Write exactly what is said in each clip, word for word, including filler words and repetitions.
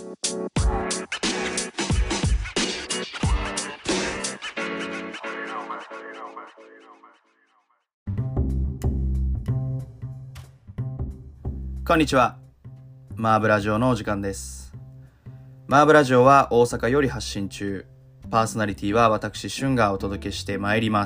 こんにちは。マーブラジオのお時間です。マーブラジオは大阪より発信中。パーソナリティは私、シュンがお届けしてまいります。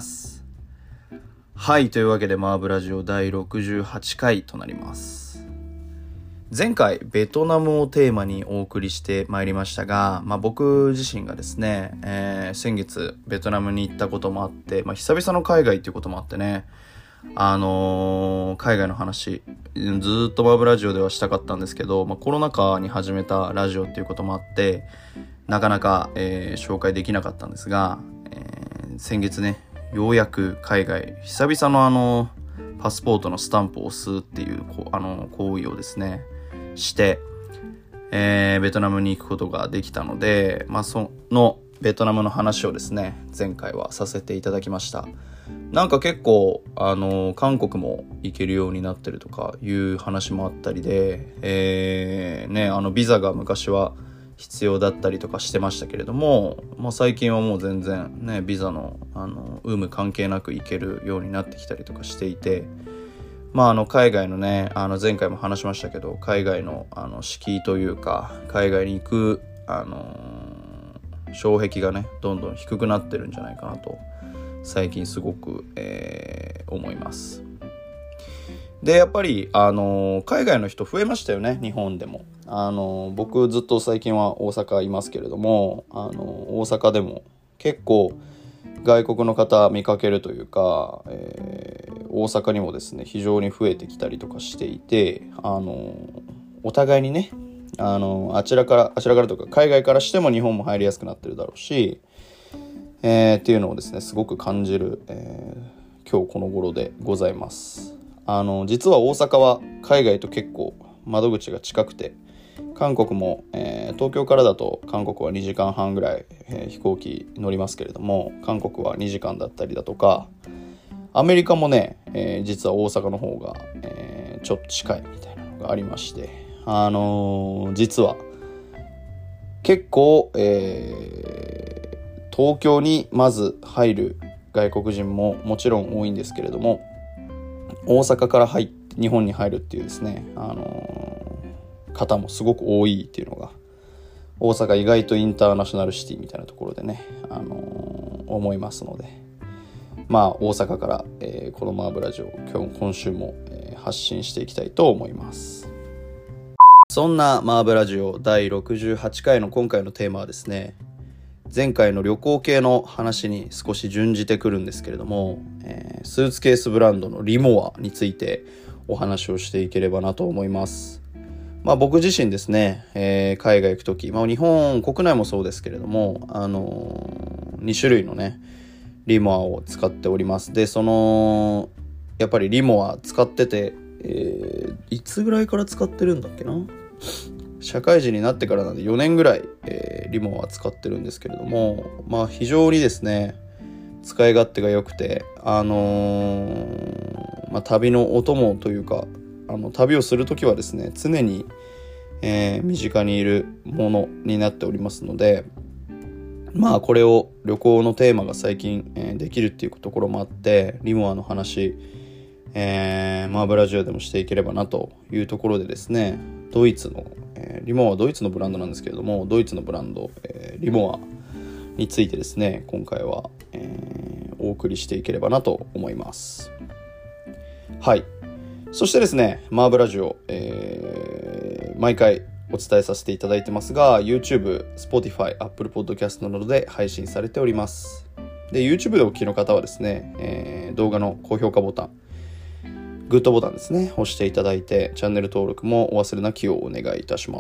はい、というわけでマーブラジオだいろくじゅうはちかいとなります。前回、ベトナムをテーマにお送りしてまいりましたが、まあ、僕自身がですね、えー、先月ベトナムに行ったこともあって、まあ、久々の海外っていうこともあってね、あのー、海外の話ずーっとマーブラジオではしたかったんですけど、まあ、コロナ禍に始めたラジオっていうこともあってなかなか、えー、紹介できなかったんですが、えー、先月ねようやく海外久々のあのパスポートのスタンプを押すっていうこあの行為をですねして、えー、ベトナムに行くことができたので、まあ、そのベトナムの話をですね前回はさせていただきました。なんか結構あの韓国も行けるようになってるとかいう話もあったりで、えー、ねあのビザが昔は必要だったりとかしてましたけれども、まあ、最近はもう全然ねビザのあの有無関係なく行けるようになってきたりとかしていて、まああの海外のねあの前回も話しましたけど海外のあの敷居というか海外に行くあの障壁がねどんどん低くなってるんじゃないかなと最近すごく、えー、思います。でやっぱり、あのー、海外の人増えましたよね。日本でも、あのー、僕ずっと最近は大阪いますけれども、あのー、大阪でも結構外国の方見かけるというか、えー、大阪にもですね非常に増えてきたりとかしていて、あのお互いにね、あのあちらからあちらからとか海外からしても日本も入りやすくなってるだろうし、えー、っていうのをですねすごく感じる、えー、今日この頃でございます。あの実は大阪は海外と結構窓口が近くて、韓国も、えー、東京からだと韓国はにじかんはんぐらい、えー、飛行機乗りますけれども、韓国はにじかんだったりだとか、アメリカもね、えー、実は大阪の方が、えー、ちょっと近いみたいなのがありまして、あのー、実は結構、えー東京にまず入る外国人ももちろん多いんですけれども、大阪から入って日本に入るっていうですね、あのー、方もすごく多いっていうのが、大阪意外とインターナショナルシティみたいなところでね、あのー、思いますので、まあ大阪から、えー、このマーブラジオ今日今週も、えー、発信していきたいと思います。そんなマーブラジオだいろくじゅうはちかいの今回のテーマはですね、前回の旅行系の話に少し準じてくるんですけれども、えー、スーツケースブランドのリモアについてお話をしていければなと思います。まあ僕自身ですね、えー、海外行くとき、まあ日本国内もそうですけれども、あのー、に種類のねリモアを使っております。でそのやっぱりリモア使ってて、えー、いつぐらいから使ってるんだっけな、社会人になってからなんでよねんぐらい、えー、リモは使ってるんですけれども、まあ非常にですね使い勝手が良くて、あのーまあ、旅のお供というか、あの旅をするときはですね常に、えー、身近にいるものになっておりますので、まあこれを旅行のテーマが最近、えー、できるっていうところもあってリモアの話、えー、マーブラジオでもしていければなというところでですね、ドイツのえー、リモアはドイツのブランドなんですけれども、ドイツのブランド、えー、リモアについてですね今回は、えー、お送りしていければなと思います。はい、そしてですねマーブラジオ、えー、毎回お伝えさせていただいてますが YouTube、Spotify、Apple Podcast などで配信されております。で YouTube でお聞きの方はですね、えー、動画の高評価ボタン、グッドボタンですね押していただいて、チャンネル登録もお忘れなきをお願いいたします。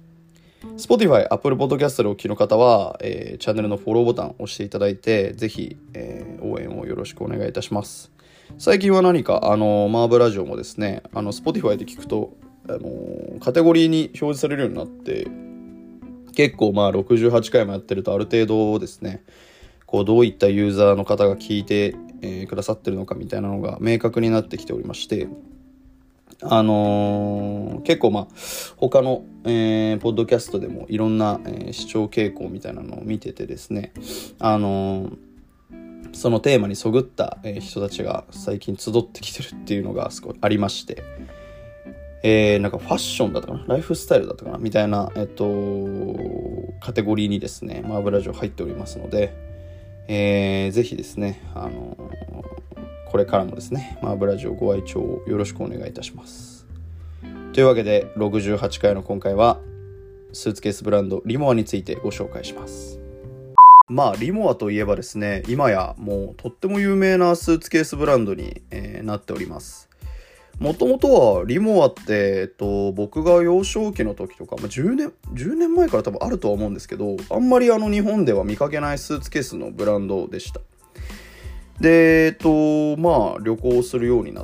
Spotify、Apple Podcast でお聞きの方は、えー、チャンネルのフォローボタン押していただいて、ぜひ、えー、応援をよろしくお願いいたします。最近は何かあのマーブラジオもですね、あの Spotify で聞くとあのカテゴリーに表示されるようになって、結構まあろくじゅうはちかいもやってるとある程度ですね、こうどういったユーザーの方が聞いて、えー、くださってるのかみたいなのが明確になってきておりまして、 あのー、結構まあ他の、えー、ポッドキャストでもいろんな、えー、視聴傾向みたいなのを見ててですね、あのー、そのテーマにそぐった、えー、人たちが最近集ってきてるっていうのがすごいありまして、えー、なんかファッションだったかな、ライフスタイルだったかなみたいな、えっと、カテゴリーにですね、マーブラジオ入っておりますので、えー、ぜひですね、あのー、これからもですね、マーブラジオご愛聴をよろしくお願いいたします。というわけで、ろくじゅうはちかいの今回は、スーツケースブランドリモアについてご紹介します。まあ、リモアといえばですね、今やもうとっても有名なスーツケースブランドに、えー、なっております。もともとはリモアって、えっと、僕が幼少期の時とか、まあ、じゅうねん、じゅうねんまえから多分あるとは思うんですけど、あんまりあの日本では見かけないスーツケースのブランドでした。で、えっと、まあ旅行するようになって、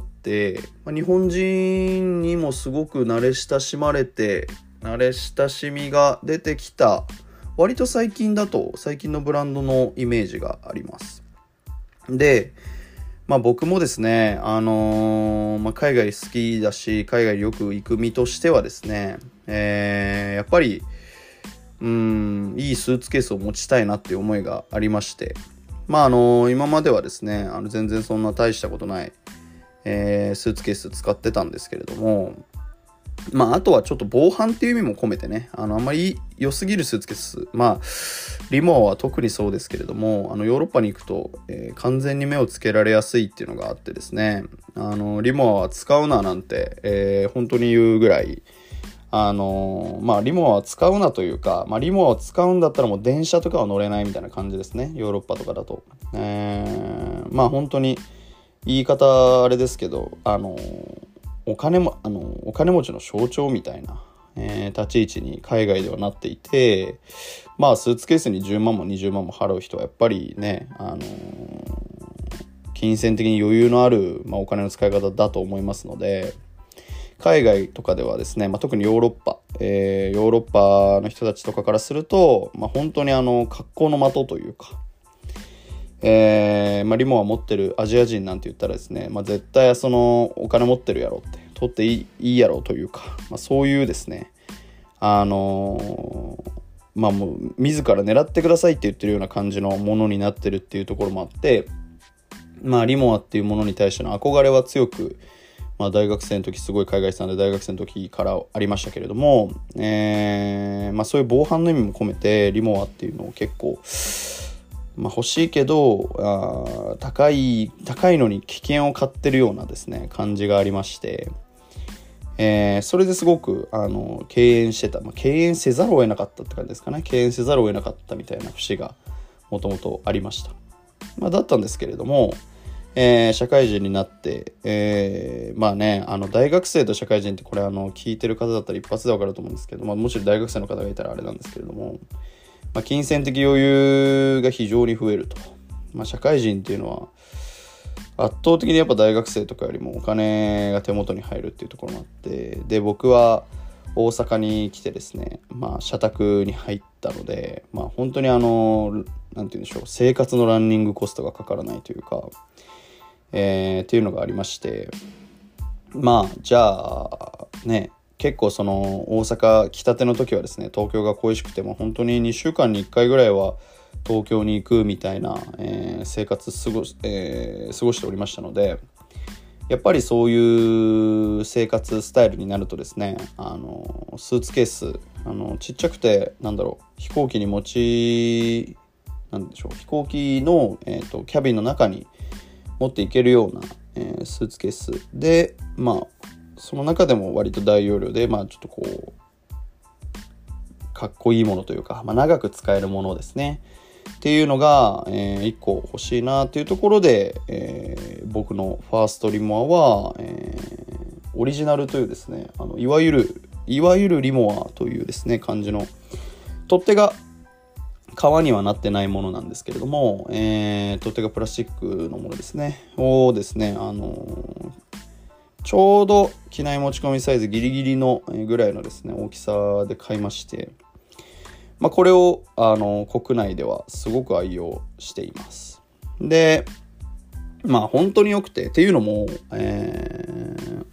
まあ、日本人にもすごく慣れ親しまれて、慣れ親しみが出てきた、割と最近だと、最近のブランドのイメージがあります。で、まあ僕もですね、あのーまあ、海外好きだし、海外によく行く身としてはですね、えー、やっぱり、うーん、いいスーツケースを持ちたいなっていう思いがありまして、まああのー今まではですね、あの全然そんな大したことない、えー、スーツケース使ってたんですけれども、まああとはちょっと防犯っていう意味も込めてね、あのあんまり良すぎるスーツケース、まあリモアは特にそうですけれども、あのヨーロッパに行くと、えー、完全に目をつけられやすいっていうのがあってですね、あのリモアは使うななんて、えー、本当に言うぐらい、あのまあリモアは使うなというか、まあリモアを使うんだったらもう電車とかは乗れないみたいな感じですね、ヨーロッパとかだと。えー、まあ本当に言い方あれですけど、あのお金もあのお金持ちの象徴みたいな、えー、立ち位置に海外ではなっていて、まあスーツケースにじゅうまんもにじゅうまんも払う人はやっぱりね、あのー、金銭的に余裕のある、まあ、お金の使い方だと思いますので、海外とかではですね、まあ、特にヨーロッパ、えー、ヨーロッパの人たちとかからすると、まあ、本当にあの格好の的というか、えーまあ、リモア持ってるアジア人なんて言ったらですね、まあ、絶対そのお金持ってるやろって取っていい、いいやろというか、まあ、そういうですね、あのー、まあもう自ら狙ってくださいって言ってるような感じのものになってるっていうところもあって、まあリモアっていうものに対しての憧れは強く、まあ大学生の時すごい海外産で大学生の時からありましたけれども、えー、まあそういう防犯の意味も込めてリモアっていうのを結構、まあ欲しいけど、あ高い、高いのに危険を買ってるようなですね、感じがありまして、えー、それですごくあの敬遠してた、まあ、敬遠せざるを得なかったって感じですかね。敬遠せざるを得なかったみたいな節がもともとありました。まあ、だったんですけれども、えー、社会人になって、えー、まあね、あの大学生と社会人ってこれあの聞いてる方だったら一発でわかると思うんですけど、まあ、もし大学生の方がいたらあれなんですけれども、まあ、金銭的余裕が非常に増えると。まあ、社会人っていうのは圧倒的にやっぱ大学生とかよりもお金が手元に入るっていうところもあって、で僕は大阪に来てですね、まあ社宅に入ったので、まあ本当にあのなんて言うんでしょう、生活のランニングコストがかからないというか、えー、っていうのがありまして、まあじゃあね、結構その大阪来たての時はですね、東京が恋しくても本当ににしゅうかんにいっかいぐらいは東京に行くみたいな、えー、生活過ごし、えー、過ごしておりましたので、やっぱりそういう生活スタイルになるとですね、あのスーツケース、あのちっちゃくてなんだろう、飛行機に持ちなんでしょう、飛行機の、えーと、キャビンの中に持っていけるような、えー、スーツケースで、まあその中でも割と大容量で、まあちょっとこうかっこいいものというか、まあ、長く使えるものですねっていうのが、えー、いっこ欲しいなっていうところで、えー、僕のファーストリモアは、えー、オリジナルというですね、あのいわゆるいわゆるリモアというですね感じの取っ手が革にはなってないものなんですけれども、えー、取っ手がプラスチックのものですねをですね、あのー、ちょうど機内持ち込みサイズギリギリのぐらいのですね大きさで買いまして、まあ、これをあの国内ではすごく愛用しています。で、まあ本当に良くて、っていうのも、えー、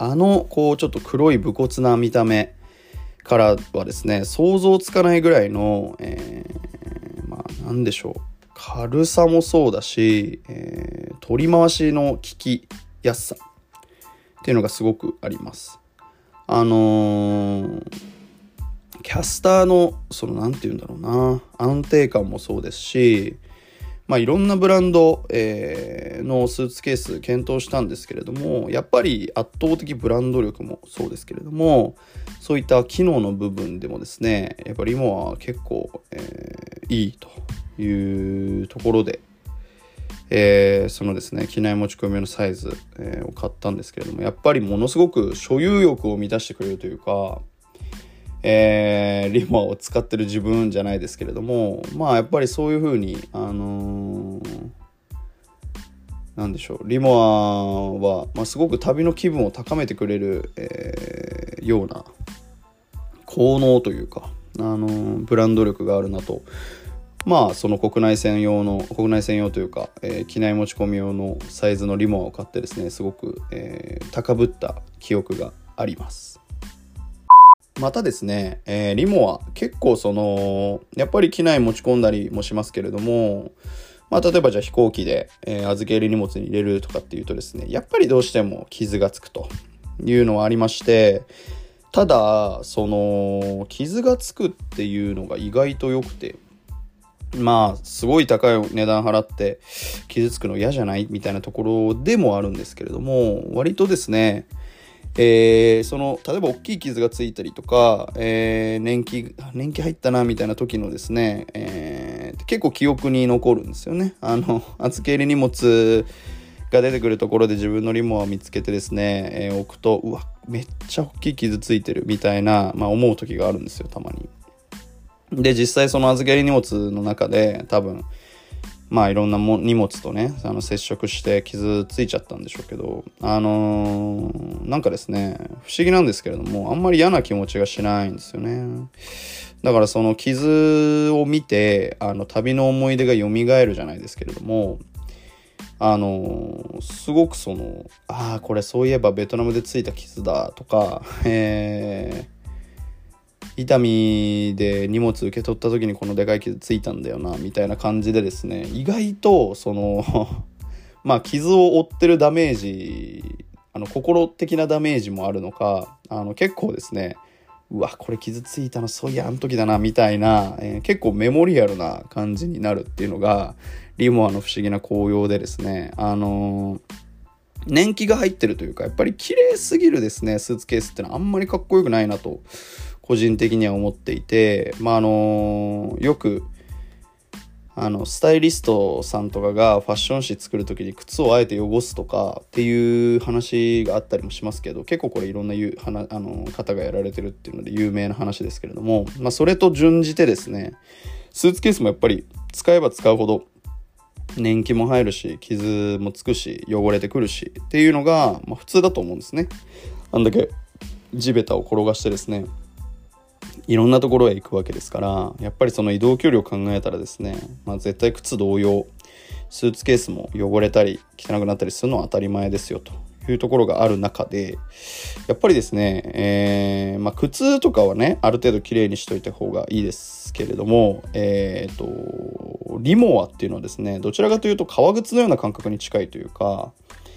あのこうちょっと黒い武骨な見た目からはですね、想像つかないぐらいの、えー、まあなんでしょう、軽さもそうだし、えー、取り回しの効きやすさっていうのがすごくあります。あのー、キャスターのそのなんていうんだろうな、安定感もそうですし、まあいろんなブランド、えー、のスーツケース検討したんですけれども、やっぱり圧倒的ブランド力もそうですけれども、そういった機能の部分でもですね、やっぱりリモアは結構、えー、いいというところで、えー、そのですね機内持ち込み用のサイズ、えー、を買ったんですけれども、やっぱりものすごく所有欲を満たしてくれるというか、えー、リモアを使ってる自分じゃないですけれども、まあやっぱりそういう風にあのー、なんでしょう、リモアは、まあ、すごく旅の気分を高めてくれる、えー、ような効能というか、あのー、ブランド力があるなと、まあその国内専用の国内専用というか、えー、機内持ち込み用のサイズのリモアを買ってですね、すごく、えー、高ぶった記憶があります。またですね、えー、リモア結構そのやっぱり機内持ち込んだりもしますけれども、まあ、例えばじゃあ飛行機で、えー、預け入れ荷物に入れるとかっていうとですね、やっぱりどうしても傷がつくというのはありまして、ただその傷がつくっていうのが意外と良くて、まあすごい高い値段払って傷つくの嫌じゃないみたいなところでもあるんですけれども、割とですね、えー、その例えば大きい傷がついたりとか、えー、年季年季入ったなみたいな時のですね、えー、結構記憶に残るんですよね。あの預け入れ荷物が出てくるところで自分のリモアを見つけてですね、えー、置くと、うわめっちゃ大きい傷ついてるみたいな、まあ、思う時があるんですよ、たまに。で実際その預け入れ荷物の中で多分まあいろんなも荷物とねあの接触して傷ついちゃったんでしょうけど、あのー、なんかですね不思議なんですけれども、あんまり嫌な気持ちがしないんですよね。だからその傷を見てあの旅の思い出が蘇るじゃないですけれども、あのー、すごくそのああこれそういえばベトナムでついた傷だとか、えー伊丹で荷物受け取った時にこのでかい傷ついたんだよなみたいな感じでですね、意外とそのまあ傷を負ってるダメージ、あの心的なダメージもあるのか、あの結構ですね、うわこれ傷ついたのそういやあの時だなみたいな、えー、結構メモリアルな感じになるっていうのがリモアの不思議な効用でですね、あのー、年季が入ってるというか、やっぱり綺麗すぎるですねスーツケースってのはあんまりかっこよくないなと個人的には思っていて、まああのよくあのスタイリストさんとかがファッション誌作る時に靴をあえて汚すとかっていう話があったりもしますけど、結構これいろんなゆはなあの方がやられてるっていうので有名な話ですけれども、まあ、それと準じてですね、スーツケースもやっぱり使えば使うほど年季も入るし傷もつくし汚れてくるしっていうのが、まあ、普通だと思うんですね。あんだけ地べたを転がしてですねいろんなところへ行くわけですから、やっぱりその移動距離を考えたらですね、まあ、絶対靴同様スーツケースも汚れたり汚くなったりするのは当たり前ですよというところがある中で、やっぱりですね、えーまあ、靴とかはねある程度きれいにしといた方がいいですけれども、えーとリモアっていうのはですね、どちらかというと革靴のような感覚に近いというか、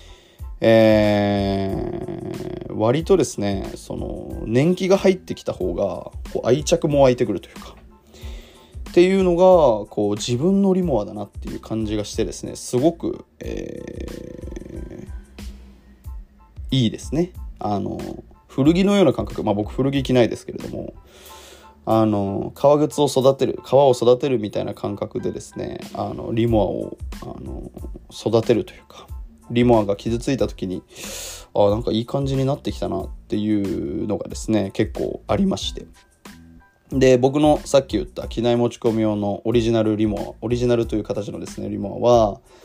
えー、割とですねその年季が入ってきた方がこう愛着も湧いてくるというかっていうのがこう自分のリモアだなっていう感じがしてですね、すごく、えー、いいですね。あの古着のような感覚、まあ僕古着着ないですけれども、あの革靴を育てる革を育てるみたいな感覚でですね、あのリモアをあの育てるというか、リモアが傷ついた時にあなんかいい感じになってきたなっていうのがですね結構ありまして、で僕のさっき言った機内持ち込み用のオリジナルリモアオリジナルという形のですねリモアは、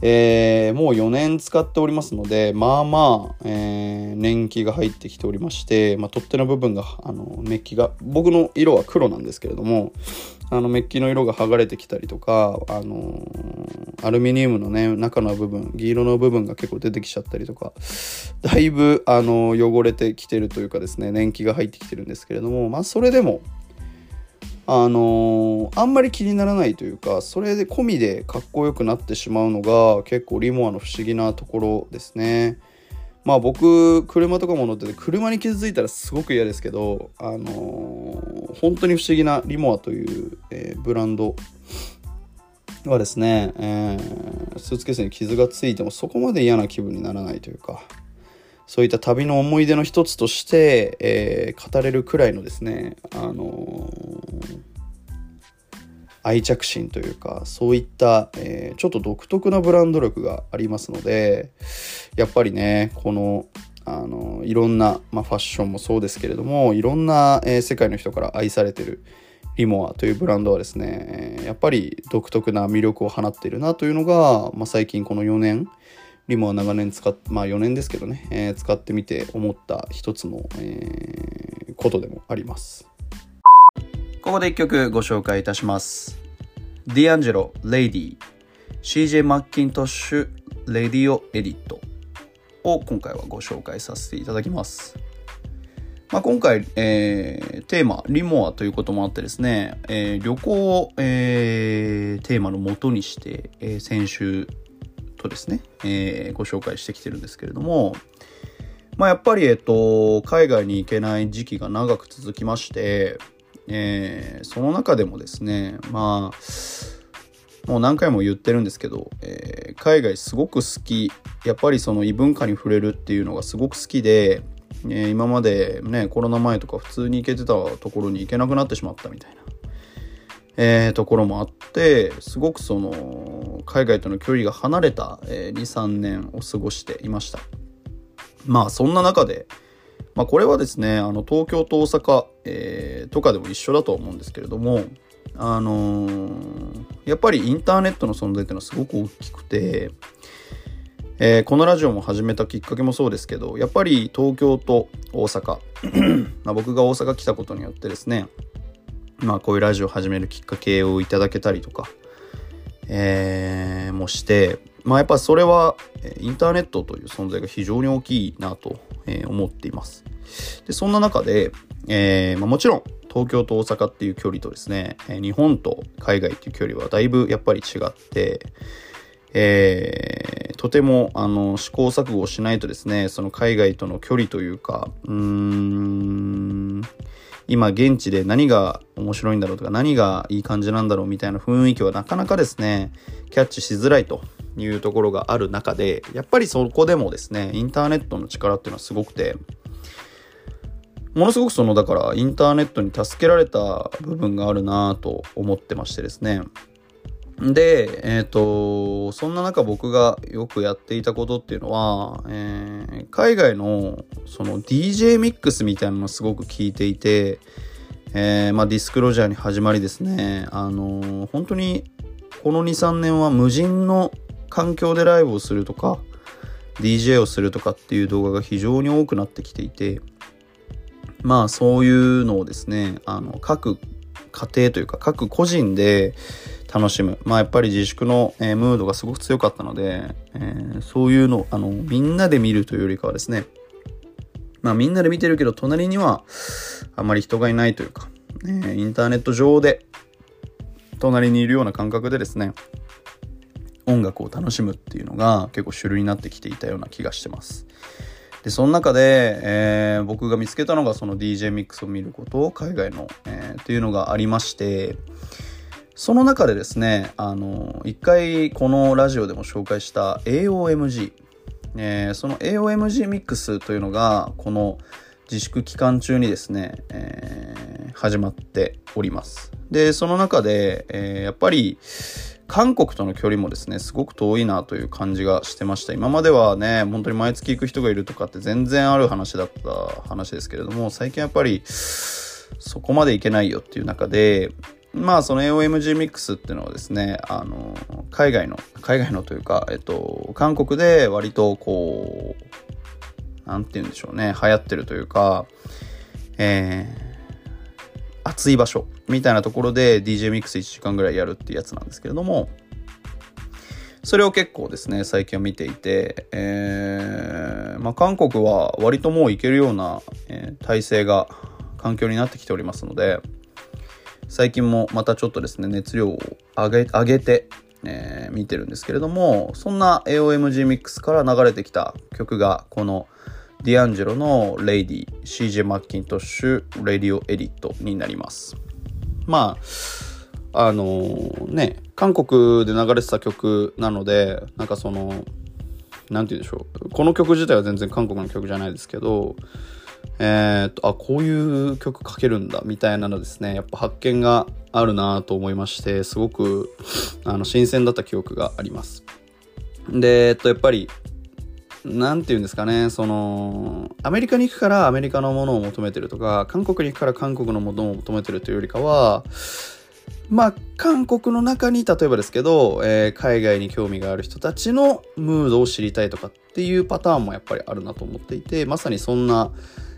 えー、もうよねん使っておりますので、まあまあ、えー、年季が入ってきておりまして、まあ、取っ手の部分があのメッキが、僕の色は黒なんですけれども、あのメッキの色が剥がれてきたりとか、あのー、アルミニウムのね中の部分、銀色の部分が結構出てきちゃったりとか、だいぶあの汚れてきてるというかですね、年季が入ってきてるんですけれども、まあそれでもあのー、あんまり気にならないというか、それで込みでかっこよくなってしまうのが結構リモアの不思議なところですね。まあ僕車とかも乗ってて、車に傷ついたらすごく嫌ですけど、あのー、本当に不思議なリモアという、えー、ブランドはですね、えー、スーツケースに傷がついてもそこまで嫌な気分にならないというか、そういった旅の思い出の一つとして、えー、語れるくらいのですね、あのー、愛着心というか、そういった、えー、ちょっと独特なブランド力がありますので、やっぱりね、この、あのー、いろんな、まあ、ファッションもそうですけれども、いろんな、えー、世界の人から愛されているリモアというブランドはですね、やっぱり独特な魅力を放っているなというのが、まあ、最近このよねん、リモア長年使って、まあよねんですけどね、えー、使ってみて思った一つの、えー、ことでもあります。ここで一曲ご紹介いたします。ディアンジェロ、レイディ、シージェー マッキントッシュ、レディオエディットを今回はご紹介させていただきます。まあ、今回、えー、テーマリモアということもあってですね、えー、旅行を、えー、テーマの元にして、えー、先週とですね、えー、ご紹介してきてるんですけれども、まあ、やっぱり、えっと、海外に行けない時期が長く続きまして、えー、その中でもですね、まあもう何回も言ってるんですけど、えー、海外すごく好き、やっぱりその異文化に触れるっていうのがすごく好きで、えー、今までねコロナ前とか普通に行けてたところに行けなくなってしまったみたいな、えー、ところもあって、すごくその海外との距離が離れた、えー、にさんねんを過ごしていました。まあそんな中で、まあ、これはですね、あの東京と大阪、えー、とかでも一緒だと思うんですけれども、あのー、やっぱりインターネットの存在っていうのはすごく大きくて、えー、このラジオも始めたきっかけもそうですけど、やっぱり東京と大阪まあ僕が大阪来たことによってですね、まあこういうラジオを始めるきっかけをいただけたりとか、えー、もして、まあやっぱそれはインターネットという存在が非常に大きいなと思っています。でそんな中で、えーまあ、もちろん東京と大阪っていう距離とですね、日本と海外っていう距離はだいぶやっぱり違って、えー、とてもあの試行錯誤しないとですね、その海外との距離というか、うーん今現地で何が面白いんだろうとか、何がいい感じなんだろうみたいな雰囲気はなかなかですねキャッチしづらいというところがある中で、やっぱりそこでもですねインターネットの力っていうのはすごくて、ものすごくそのだからインターネットに助けられた部分があるなと思ってましてですね。で、えっと、そんな中僕がよくやっていたことっていうのは、えー、海外のその ディージェー ミックスみたいなのをすごく聞いていて、えーまあ、ディスクロージャーに始まりですね、あのー、本当にこの にさんねんは無人の環境でライブをするとか ディージェー をするとかっていう動画が非常に多くなってきていて、まあそういうのをですね、あの各家庭というか各個人で楽しむ、まあやっぱり自粛の、えー、ムードがすごく強かったので、えー、そういうのをあのみんなで見るというよりかはですね、まあみんなで見てるけど隣にはあまり人がいないというか、えー、インターネット上で隣にいるような感覚でですね音楽を楽しむっていうのが結構主流になってきていたような気がしてます。でその中で、えー、僕が見つけたのがその ディージェー ミックスを見ることを海外の、えー、っていうのがありまして、その中でですね、あの一回このラジオでも紹介した エーオーエムジー、えー、その エーオーエムジー ミックスというのがこの自粛期間中にですね、えー、始まっております。でその中で、えー、やっぱり韓国との距離もですねすごく遠いなという感じがしてました。今まではね本当に毎月行く人がいるとかって全然ある話だった話ですけれども、最近やっぱりそこまで行けないよっていう中で、 まあその エーオーエムジー ミックスっていうのはですね、あの海外の海外のというか、えっと韓国で割とこうなんて言うんでしょうね、流行ってるというか、えー、暑い場所みたいなところで ディージェー ミックスいちじかんぐらいやるっていうやつなんですけれども、それを結構ですね最近は見ていて、えーまあ、韓国は割ともういけるような、えー、体制が環境になってきておりますので、最近もまたちょっとですね熱量を上げ、上げて、えー、見てるんですけれども、そんな エーオーエムジー ミックスから流れてきた曲がこのディアンジェロのレイディ シージェー マッキントッシュレディオエディットになります。まああのー、ね韓国で流れてた曲なので、なんかそのなんて言うんでしょう、この曲自体は全然韓国の曲じゃないですけど、えー、っとあこういう曲書けるんだみたいなのですね、やっぱ発見があるなと思いまして、すごくあの新鮮だった記憶があります。で、えっとやっぱりなんていうんですかね、そのアメリカに行くからアメリカのものを求めてるとか、韓国に行くから韓国のものを求めてるというよりかは、まあ韓国の中に例えばですけど、えー、海外に興味がある人たちのムードを知りたいとかっていうパターンもやっぱりあるなと思っていて、まさにそんな、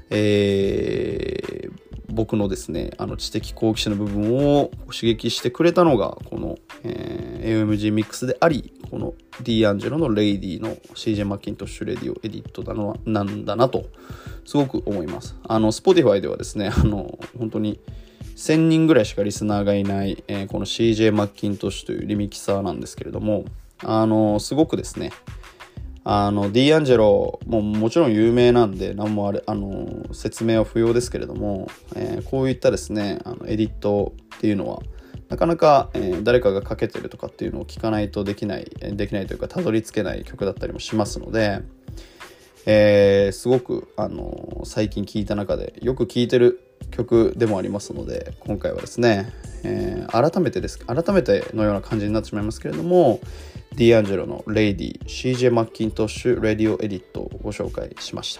えー、僕のですねあの知的好奇心の部分を刺激してくれたのがこの、えー、エーオーエムジー ミックスであり、このディアンジェロのレイディの シージェー マッキントッシュレディオエディットだのなんだなとすごく思います。あの Spotify ではですね、あの本当にせんにんぐらいしかリスナーがいない、えー、この シージェー マッキントッシュというリミキサーなんですけれども、あのすごくですね、あのディアンジェロももちろん有名なんで何もあれあの説明は不要ですけれども、えー、こういったですねあのエディットっていうのはなかなか、えー、誰かがかけてるとかっていうのを聞かないとできないできないというかたどり着けない曲だったりもしますので、えー、すごくあの最近聴いた中でよく聴いてる曲でもありますので、今回はですね、えー、改めてです改めてのような感じになってしまいますけれども、ディアンジェロのレイディ シージェー マッキントッシュレディオエディットをご紹介しました。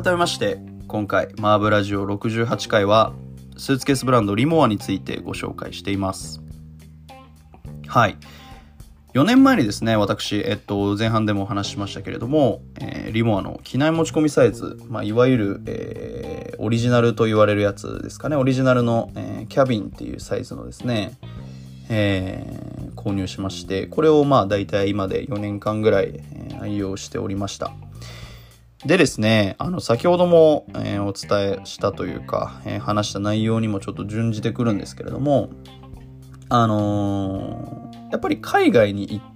改めまして今回マーブラジオろくじゅうはちかいはスーツケースブランドリモアについてご紹介しています。はい、よねんまえにですね私、えっと、前半でもお話ししましたけれども、えー、リモアの機内持ち込みサイズ、まあ、いわゆる、えー、オリジナルと言われるやつですかね、オリジナルの、えー、キャビンっていうサイズのですね、えー、購入しまして、これをまあ大体今でよねんかんぐらい、えー、愛用しておりました。でですね、あの先ほども、えー、お伝えしたというか、えー、話した内容にもちょっと準じてくるんですけれども、あのー、やっぱり海外に行って、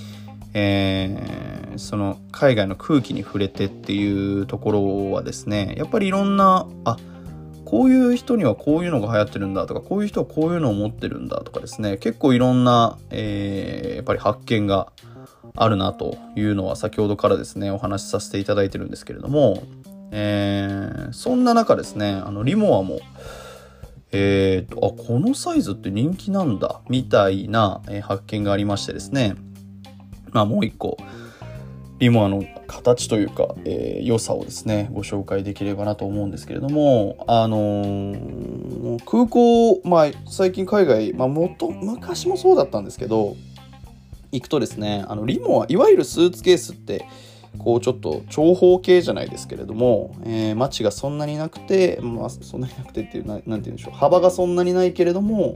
えー、その海外の空気に触れてっていうところはですね、やっぱりいろんなあこういう人にはこういうのが流行ってるんだとか、こういう人はこういうのを持ってるんだとかですね、結構いろんな、えー、やっぱり発見があるなというのは先ほどからですねお話しさせていただいてるんですけれども、えー、そんな中ですね、あのリモアもえーと、あこのサイズって人気なんだみたいな、えー、発見がありましてですね、まあもう一個リモアの形というか、えー、良さをですねご紹介できればなと思うんですけれども、あのー、空港、まあ最近海外、まあ元昔もそうだったんですけど行くとですね、あのリモアいわゆるスーツケースってこうちょっと長方形じゃないですけれども、えー、マチがそんなになくて、まあそんなになくてっていうな、なんて言うんでしょう、幅がそんなにないけれども、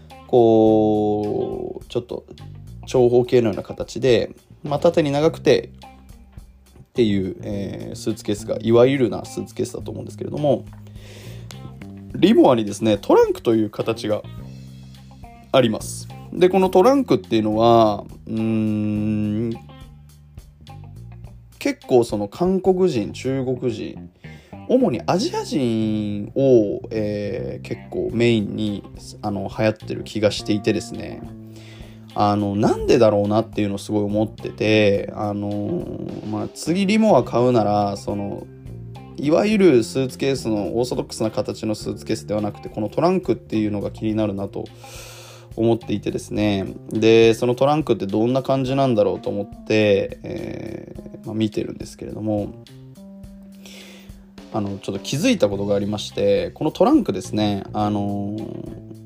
こうちょっと長方形のような形で、まあ、縦に長くてっていう、えー、スーツケースがいわゆるなスーツケースだと思うんですけれども、リモアにですねトランクという形があります。でこのトランクっていうのはうーん結構その韓国人、中国人、主にアジア人を、えー、結構メインにあの流行ってる気がしていてですね、あのなんでだろうなっていうのをすごい思ってて、あの、まあ、次リモア買うならそのいわゆるスーツケースのオーソドックスな形のスーツケースではなくて、このトランクっていうのが気になるなと思っていてですね、でそのトランクってどんな感じなんだろうと思って、えーまあ、見てるんですけれども、あのちょっと気づいたことがありまして、このトランクですね、あの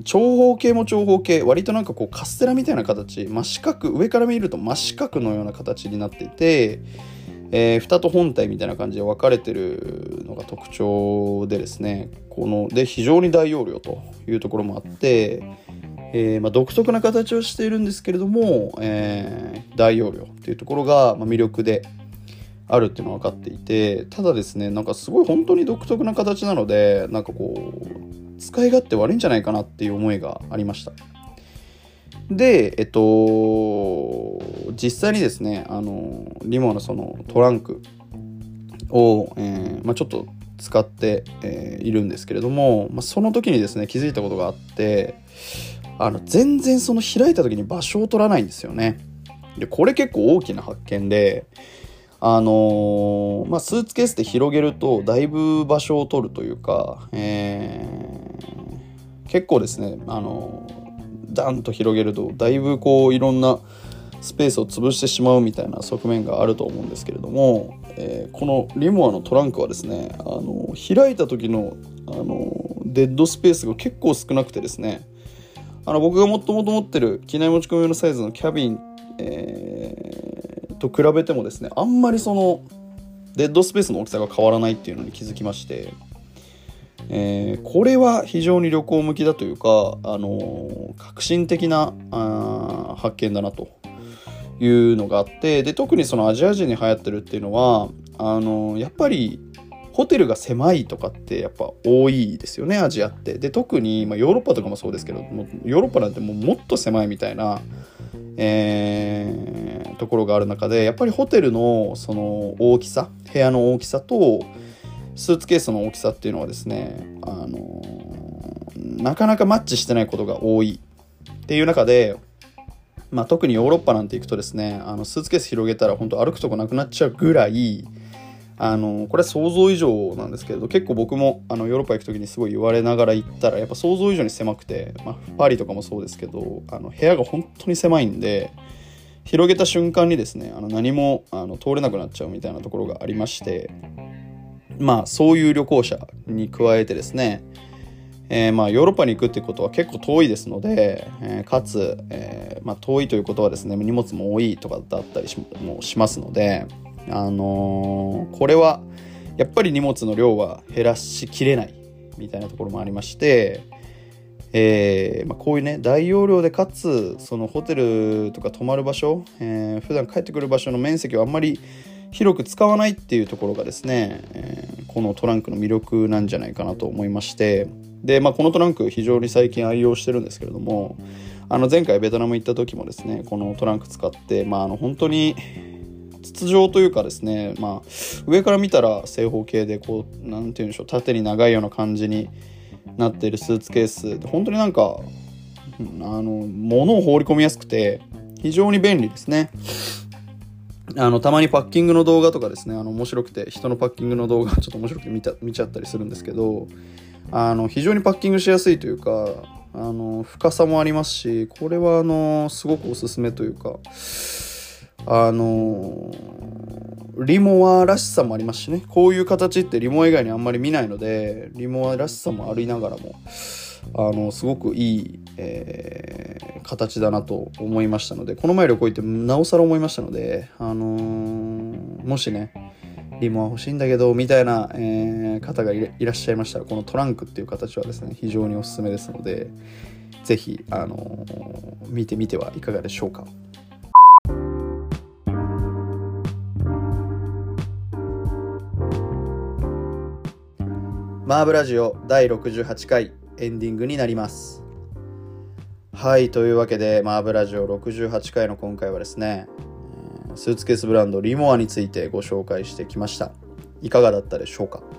長方形も長方形、割となんかこうカステラみたいな形、真四角、上から見ると真四角のような形になっていて、えー、蓋と本体みたいな感じで分かれてるのが特徴でですね、こので非常に大容量というところもあって、えーまあ、独特な形をしているんですけれども、えー、大容量っていうところが、まあ、魅力であるっていうのは分かっていて、ただですね、なんかすごい本当に独特な形なので、なんかこう使い勝手悪いんじゃないかなっていう思いがありました。で、えっと実際にですね、あのリモアのそのトランクを、えーまあ、ちょっと使って、えー、いるんですけれども、まあ、その時にですね気づいたことがあって、あの全然その開いた時に場所を取らないんですよね。でこれ結構大きな発見で、あのーまあ、スーツケースで広げるとだいぶ場所を取るというか、えー、結構ですね、あのーダンと広げるとだいぶこういろんなスペースを潰してしまうみたいな側面があると思うんですけれども、えー、このリモアのトランクはですね、あの開いた時の、あのデッドスペースが結構少なくてですね、あの僕がもともと持ってる機内持ち込み用のサイズのキャビン、えー、と比べてもですね、あんまりそのデッドスペースの大きさが変わらないっていうのに気づきまして、えー、これは非常に旅行向きだというか、あのー、革新的なあ発見だなというのがあって、で特にそのアジア人に流行ってるっていうのは、あのー、やっぱりホテルが狭いとかってやっぱ多いですよね、アジアって。で特に、まあ、ヨーロッパとかもそうですけども、ヨーロッパなんてもうもっと狭いみたいな、えー、ところがある中で、やっぱりホテルのその大きさ、部屋の大きさとスーツケースの大きさっていうのはですね、あのー、なかなかマッチしてないことが多いっていう中で、まあ、特にヨーロッパなんて行くとですね、あのスーツケース広げたら本当歩くとこなくなっちゃうぐらい、あのー、これは想像以上なんですけれど、結構僕もあのヨーロッパ行く時にすごい言われながら行ったら、やっぱ想像以上に狭くて、まあ、パリとかもそうですけど、あの部屋が本当に狭いんで、広げた瞬間にですね、あの何もあの通れなくなっちゃうみたいなところがありまして、まあそういう旅行者に加えてですね、えー、まあヨーロッパに行くってことは結構遠いですので、えー、かつ、えーまあ、遠いということはですね、荷物も多いとかだったり し, もしますので、あのー、これはやっぱり荷物の量は減らしきれないみたいなところもありまして、えーまあ、こういうね大容量でかつそのホテルとか泊まる場所、えー、普段帰ってくる場所の面積をあんまり広く使わないっていうところがですね、えー、このトランクの魅力なんじゃないかなと思いまして、で、まあ、このトランク非常に最近愛用してるんですけれども、あの前回ベトナム行った時もですね、このトランク使って、まあ、あの本当に筒状というかですね、まあ、上から見たら正方形でこうなんていうんでしょう、縦に長いような感じになっているスーツケースで、本当になんかあの物を放り込みやすくて非常に便利ですね。あのたまにパッキングの動画とかですね、あの面白くて人のパッキングの動画ちょっと面白くて見た見ちゃったりするんですけど、あの非常にパッキングしやすいというか、あの深さもありますし、これはあのすごくおすすめというか、あのリモアらしさもありますしね、こういう形ってリモア以外にあんまり見ないので、リモアらしさもありながらもあのすごくいい、えー、形だなと思いましたので、この前旅行行ってなおさら思いましたので、あのー、もしねリモア欲しいんだけどみたいな、えー、方が い, いらっしゃいましたら、このトランクっていう形はですね非常におすすめですので、ぜひ、あのー、見てみてはいかがでしょうか。マーブラジオだいろくじゅうはちかいエンディングになります。はい、というわけでマーブラジオろくじゅうはちかいの今回はですね、スーツケースブランドリモアについてご紹介してきました。いかがだったでしょうか。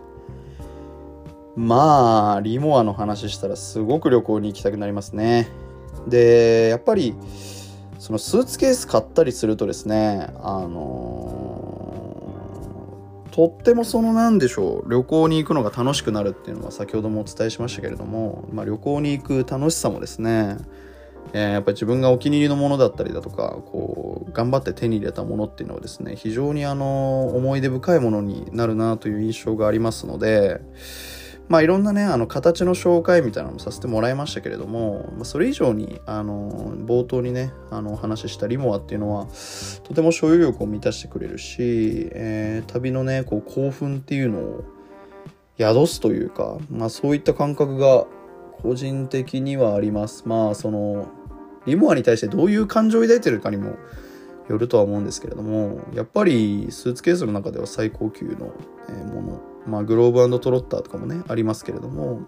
まあリモアの話したらすごく旅行に行きたくなりますね。でやっぱりそのスーツケース買ったりするとですね、あのーとってもそのなんでしょう、旅行に行くのが楽しくなるっていうのは先ほどもお伝えしましたけれども、まあ、旅行に行く楽しさもですね、えー、やっぱり自分がお気に入りのものだったりだとか、こう頑張って手に入れたものっていうのはですね、非常にあの思い出深いものになるなという印象がありますので、 まあいろんなねあの形の紹介みたいなのもさせてもらいましたけれども、まあ、それ以上にあの冒頭にねあのお話ししたリモアっていうのはとても所有欲を満たしてくれるし、えー、旅のねこう興奮っていうのを宿すというか、まあそういった感覚が個人的にはあります。まあそのリモアに対してどういう感情を抱いてるかにもよるとは思うんですけれども、やっぱりスーツケースの中では最高級のもの、まあグローブ&トロッターとかもねありますけれども、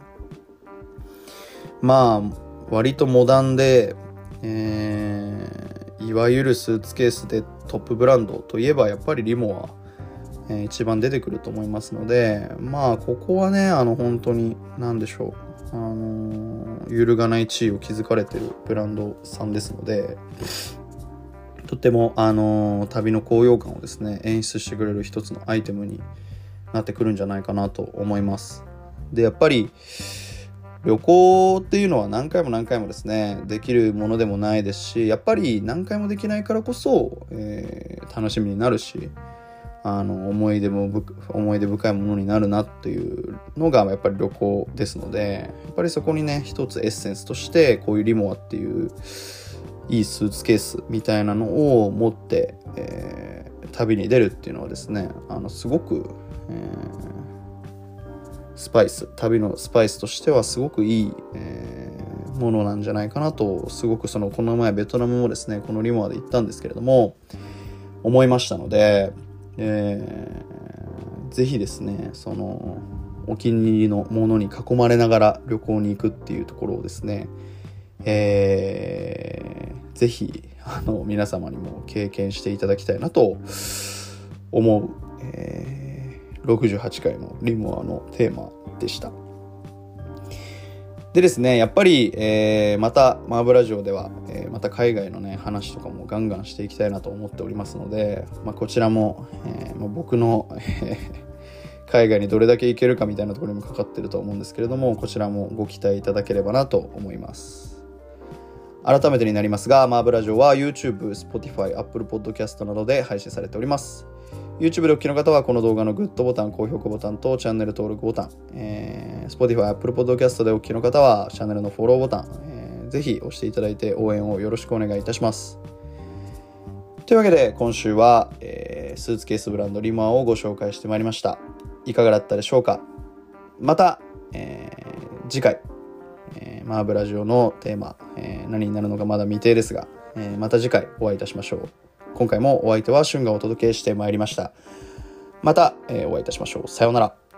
まあ割とモダンで、えー、いわゆるスーツケースでトップブランドといえばやっぱりリモア、えー、一番出てくると思いますので、まあここはねあの本当に何でしょう、あのー、揺るがない地位を築かれてるブランドさんですので、とっても、あのー、旅の高揚感をですね演出してくれる一つのアイテムになってくるんじゃないかなと思います。でやっぱり旅行っていうのは何回も何回もですねできるものでもないですし、やっぱり何回もできないからこそ、えー、楽しみになるし、あの思い出もぶ思い出深いものになるなっていうのがやっぱり旅行ですので、やっぱりそこにね一つエッセンスとしてこういうリモアっていういいスーツケースみたいなのを持って、えー、旅に出るっていうのはですね、あのすごく、えー、スパイス旅のスパイスとしてはすごくいい、えー、ものなんじゃないかなと、すごくそのこの前ベトナムもですねこのリモアで行ったんですけれども思いましたので、えー、ぜひですねそのお気に入りのものに囲まれながら旅行に行くっていうところをですね、えー、ぜひあの皆様にも経験していただきたいなと思う、えー、ろくじゅうはちかいのリモアのテーマでした。でですねやっぱり、えー、またマーブラジオでは、えー、また海外のね話とかもガンガンしていきたいなと思っておりますので、まあ、こちらも、えーまあ、僕の、えー、海外にどれだけ行けるかみたいなところにもかかってると思うんですけれども、こちらもご期待いただければなと思います。改めてになりますが、マーブラジオは YouTube、Spotify、Apple Podcast などで配信されております。YouTube でお聞きの方はこの動画のグッドボタン、高評価ボタンとチャンネル登録ボタン、えー、Spotify、Apple Podcast でお聞きの方はチャンネルのフォローボタン、えー、ぜひ押していただいて応援をよろしくお願いいたします。というわけで今週は、えー、スーツケースブランドリモアをご紹介してまいりました。いかがだったでしょうか。また、えー、次回、えー、マーブラジオのテーマ、えー、何になるのかまだ未定ですが、えー、また次回お会いいたしましょう。今回もお相手はシュンがお届けしてまいりました。また、えー、お会いいたしましょう。さようなら。